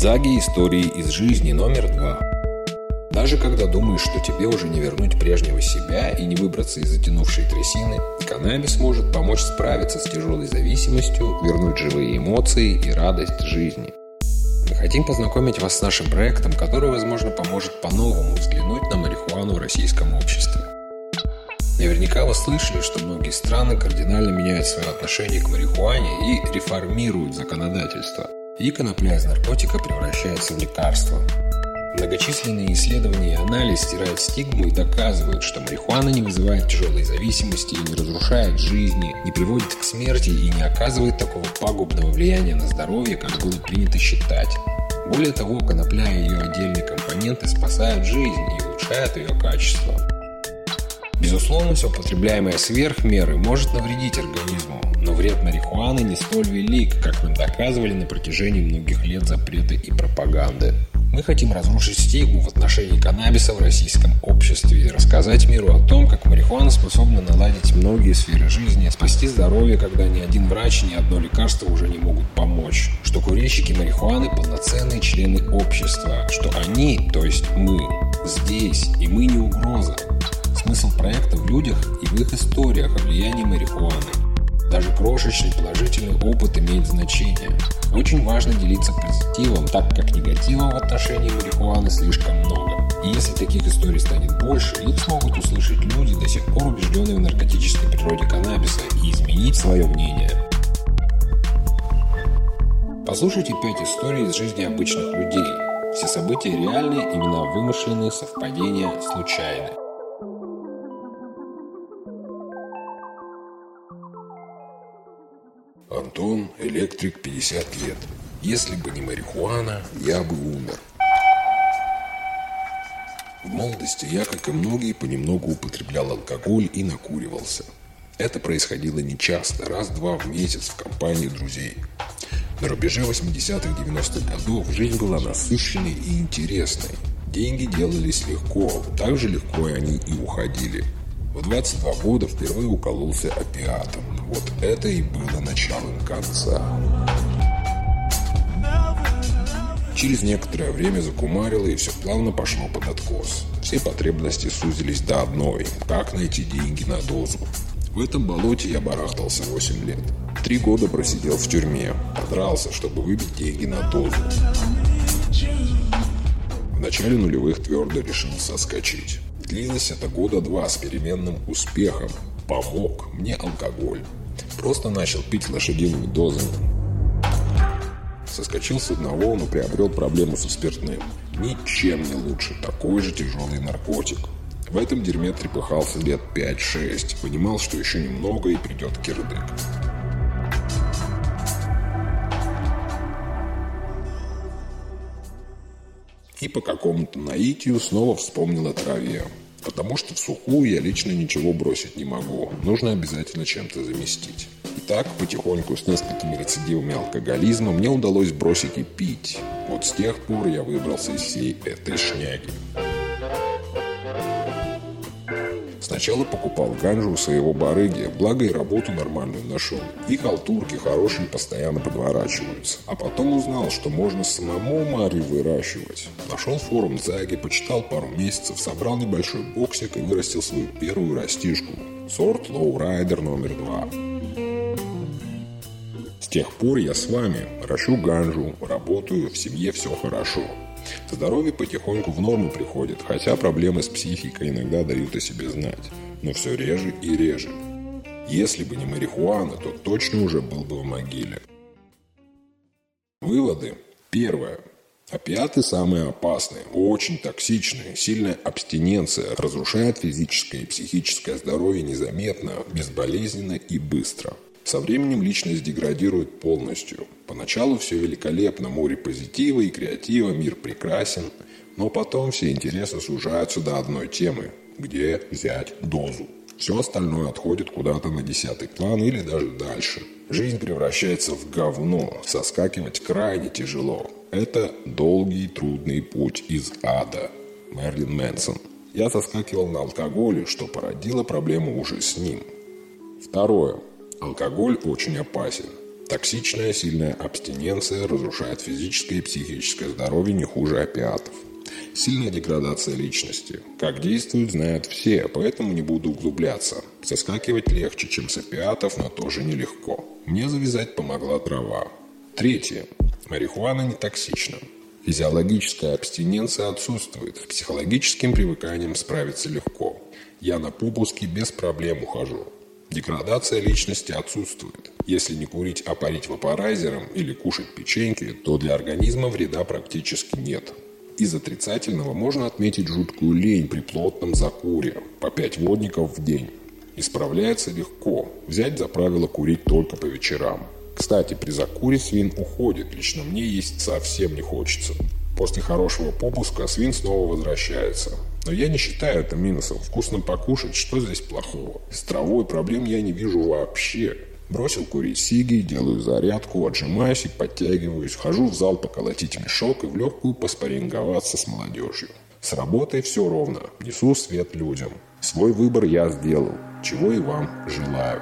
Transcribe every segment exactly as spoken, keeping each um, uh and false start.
Дзаги. Истории из жизни номер два. Даже когда думаешь, что тебе уже не вернуть прежнего себя и не выбраться из затянувшей трясины, каннабис может помочь справиться с тяжелой зависимостью, вернуть живые эмоции и радость жизни. Мы хотим познакомить вас с нашим проектом, который, возможно, поможет по-новому взглянуть на марихуану в российском обществе. Наверняка вы слышали, что многие страны кардинально меняют свое отношение к марихуане и реформируют законодательство. И конопля из наркотика превращается в лекарство. Многочисленные исследования и анализ стирают стигму и доказывают, что марихуана не вызывает тяжелой зависимости, не разрушает жизни, не приводит к смерти и не оказывает такого пагубного влияния на здоровье, как было принято считать. Более того, конопля и ее отдельные компоненты спасают жизнь и улучшают ее качество. Безусловно, все употребляемое сверх меры может навредить организму, но вред марихуаны не столь велик, как нам доказывали на протяжении многих лет запрета и пропаганды. Мы хотим разрушить стигму в отношении каннабиса в российском обществе и рассказать миру о том, как марихуана способна наладить многие сферы жизни, спасти здоровье, когда ни один врач, ни одно лекарство уже не могут помочь, что курильщики марихуаны – полноценные члены общества, что они, то есть мы, здесь, и мы не угроза. Смысл проекта в людях и в их историях о влиянии марихуаны. Даже крошечный положительный опыт имеет значение. Очень важно делиться позитивом, так как негатива в отношении марихуаны слишком много. И если таких историй станет больше, их смогут услышать люди, до сих пор убежденные в наркотической природе каннабиса, и изменить свое мнение. Послушайте пять историй из жизни обычных людей. Все события реальные, имена вымышленные, совпадения случайны. Антон, электрик, пятьдесят лет. Если бы не марихуана, я бы умер. В молодости я, как и многие, понемногу употреблял алкоголь и накуривался. Это происходило нечасто, раз-два в месяц в компании друзей. На рубеже восьмидесятых-девяностых годов жизнь была насыщенной и интересной. Деньги делались легко, так же легко и они и уходили. В двадцать два года впервые укололся опиатом. Вот это и было началом конца. Через некоторое время закумарило, и все плавно пошло под откос. Все потребности сузились до одной – как найти деньги на дозу. В этом болоте я барахтался восемь лет. Три года просидел в тюрьме, подрался, чтобы выбить деньги на дозу. В начале нулевых твердо решил соскочить. Длилось это года два с переменным успехом. Помог мне алкоголь. Просто начал пить лошадиными дозами. Соскочил с одного, но приобрел проблему со спиртным. Ничем не лучше, такой же тяжелый наркотик. В этом дерьме трепыхался лет пять-шесть. Понимал, что еще немного и придет кирдык. И по какому-то наитию снова вспомнил о траве. Потому что в сухую я лично ничего бросить не могу. Нужно обязательно чем-то заместить. И так, потихоньку, с несколькими рецидивами алкоголизма, мне удалось бросить и пить. Вот с тех пор я выбрался из всей этой шняги. Сначала покупал ганжу у своего барыги, благо и работу нормальную нашел. И халтурки хорошие постоянно подворачиваются. А потом узнал, что можно самому марью выращивать. Нашел форум Дзаги, почитал пару месяцев, собрал небольшой боксик и вырастил свою первую растишку. Сорт Лоурайдер номер два. С тех пор я с вами. Ращу ганжу, работаю, в семье все хорошо. Здоровье потихоньку в норму приходит, хотя проблемы с психикой иногда дают о себе знать. Но все реже и реже. Если бы не марихуана, то точно уже был бы в могиле. Выводы. Первое. Опиаты самые опасные, очень токсичные. Сильная абстиненция разрушает физическое и психическое здоровье незаметно, безболезненно и быстро. Со временем личность деградирует полностью. Поначалу все великолепно, море позитива и креатива, мир прекрасен. Но потом все интересы сужаются до одной темы – где взять дозу. Все остальное отходит куда-то на десятый план или даже дальше. Жизнь превращается в говно, соскакивать крайне тяжело. Это долгий трудный путь из ада. Мерлин Мэнсон. Я соскакивал на алкоголе, что породило проблему уже с ним. Второе. Алкоголь очень опасен. Токсичная, сильная абстиненция разрушает физическое и психическое здоровье не хуже опиатов. Сильная деградация личности. Как действуют, знают все, поэтому не буду углубляться. Соскакивать легче, чем с опиатов, но тоже нелегко. Мне завязать помогла трава. Третье. Марихуана не токсична. Физиологическая абстиненция отсутствует. С психологическим привыканием справиться легко. Я на попуске без проблем ухожу. Деградация личности отсутствует. Если не курить, а парить вапорайзером или кушать печеньки, то для организма вреда практически нет. Из отрицательного можно отметить жуткую лень при плотном закуре, по пять водников в день. Исправляется легко. Взять за правило курить только по вечерам. Кстати, при закуре свин уходит, лично мне есть совсем не хочется. После хорошего попуска свин снова возвращается. Но я не считаю это минусом. Вкусно покушать, что здесь плохого? С травой проблем я не вижу вообще. Бросил курить сиги, делаю зарядку, отжимаюсь и подтягиваюсь. Хожу в зал поколотить мешок и в легкую поспарринговаться с молодежью. С работой все ровно. Несу свет людям. Свой выбор я сделал. Чего и вам желаю.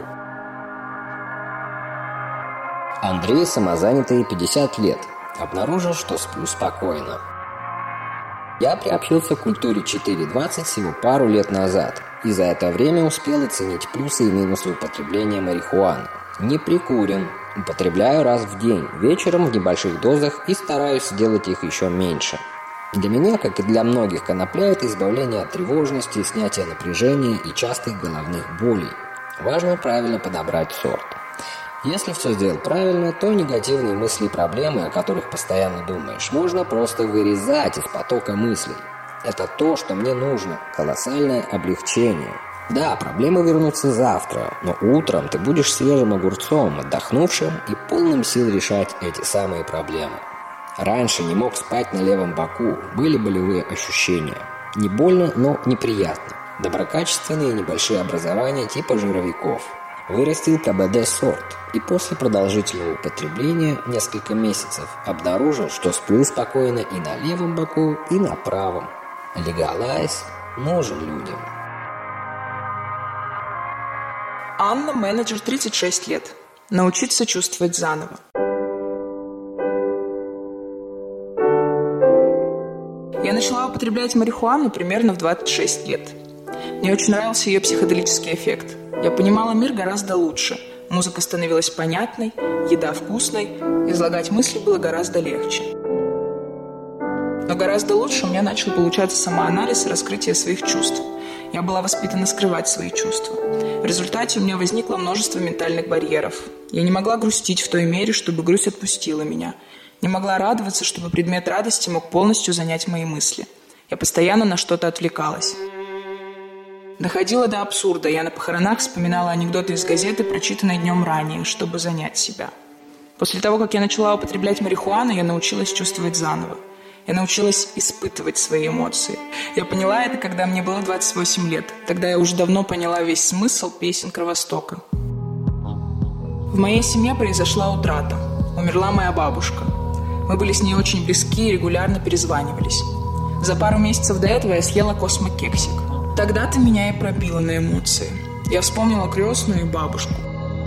Андрей самозанятый, пятьдесят лет. Обнаружил, что сплю спокойно. Я приобщился к культуре четыре двадцать всего пару лет назад, и за это время успел оценить плюсы и минусы употребления марихуаны. Не прикурен, употребляю раз в день, вечером в небольших дозах и стараюсь делать их еще меньше. Для меня, как и для многих, конопля – это избавление от тревожности, снятие напряжения и частых головных болей. Важно правильно подобрать сорт. Если все сделать правильно, то негативные мысли и проблемы, о которых постоянно думаешь, можно просто вырезать из потока мыслей. Это то, что мне нужно. Колоссальное облегчение. Да, проблемы вернутся завтра, но утром ты будешь свежим огурцом, отдохнувшим и полным сил решать эти самые проблемы. Раньше не мог спать на левом боку, были болевые ощущения. Не больно, но неприятно. Доброкачественные небольшие образования типа жировиков. Вырастил КБД-сорт и после продолжительного употребления несколько месяцев обнаружил, что сплю спокойно и на левом боку, и на правом. Легалайз нужен людям. Анна, менеджер, тридцать шесть лет. Научиться чувствовать заново. Я начала употреблять марихуану примерно в двадцать шесть лет. Мне очень нравился ее психоделический эффект. Я понимала мир гораздо лучше. Музыка становилась понятной, еда вкусной, излагать мысли было гораздо легче. Но гораздо лучше у меня начал получаться самоанализ и раскрытие своих чувств. Я была воспитана скрывать свои чувства. В результате у меня возникло множество ментальных барьеров. Я не могла грустить в той мере, чтобы грусть отпустила меня. Не могла радоваться, чтобы предмет радости мог полностью занять мои мысли. Я постоянно на что-то отвлекалась. Доходило до абсурда. Я на похоронах вспоминала анекдоты из газеты, прочитанные днем ранее, чтобы занять себя. После того, как я начала употреблять марихуану, я научилась чувствовать заново. Я научилась испытывать свои эмоции. Я поняла это, когда мне было двадцать восемь лет. Тогда я уже давно поняла весь смысл песен Кровостока. В моей семье произошла утрата. Умерла моя бабушка. Мы были с ней очень близки и регулярно перезванивались. За пару месяцев до этого я съела космокексик. Тогда-то меня и пробило на эмоции. Я вспомнила крестную и бабушку.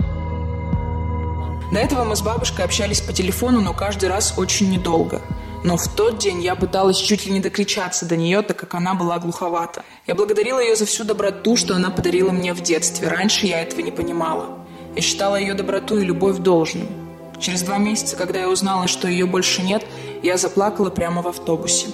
До этого мы с бабушкой общались по телефону, но каждый раз очень недолго. Но в тот день я пыталась чуть ли не докричаться до нее, так как она была глуховата. Я благодарила ее за всю доброту, что она подарила мне в детстве. Раньше я этого не понимала. Я считала ее доброту и любовь должным. Через два месяца, когда я узнала, что ее больше нет, я заплакала прямо в автобусе.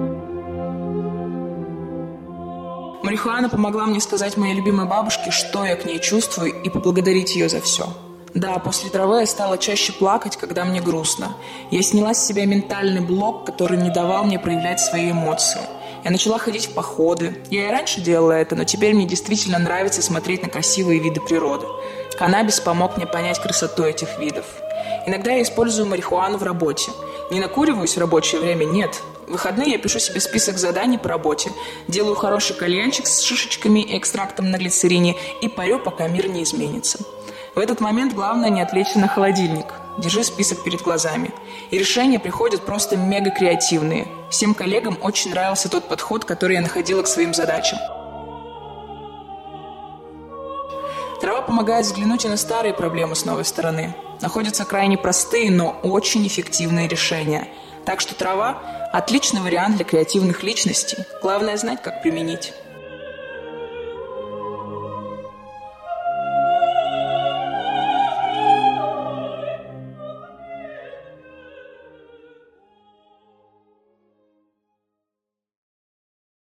Марихуана помогла мне сказать моей любимой бабушке, что я к ней чувствую, и поблагодарить ее за все. Да, после травы я стала чаще плакать, когда мне грустно. Я сняла с себя ментальный блок, который не давал мне проявлять свои эмоции. Я начала ходить в походы. Я и раньше делала это, но теперь мне действительно нравится смотреть на красивые виды природы. Каннабис помог мне понять красоту этих видов. Иногда я использую марихуану в работе. Не накуриваюсь в рабочее время, нет. В выходные я пишу себе список заданий по работе, делаю хороший кальянчик с шишечками и экстрактом на глицерине и парю, пока мир не изменится. В этот момент главное не отвлечься на холодильник. Держи список перед глазами. И решения приходят просто мега креативные. Всем коллегам очень нравился тот подход, который я находила к своим задачам. Трава Трава помогает взглянуть и на старые проблемы с новой стороны. Находятся крайне простые, но очень эффективные решения. Так что трава – отличный вариант для креативных личностей. Главное знать, как применить.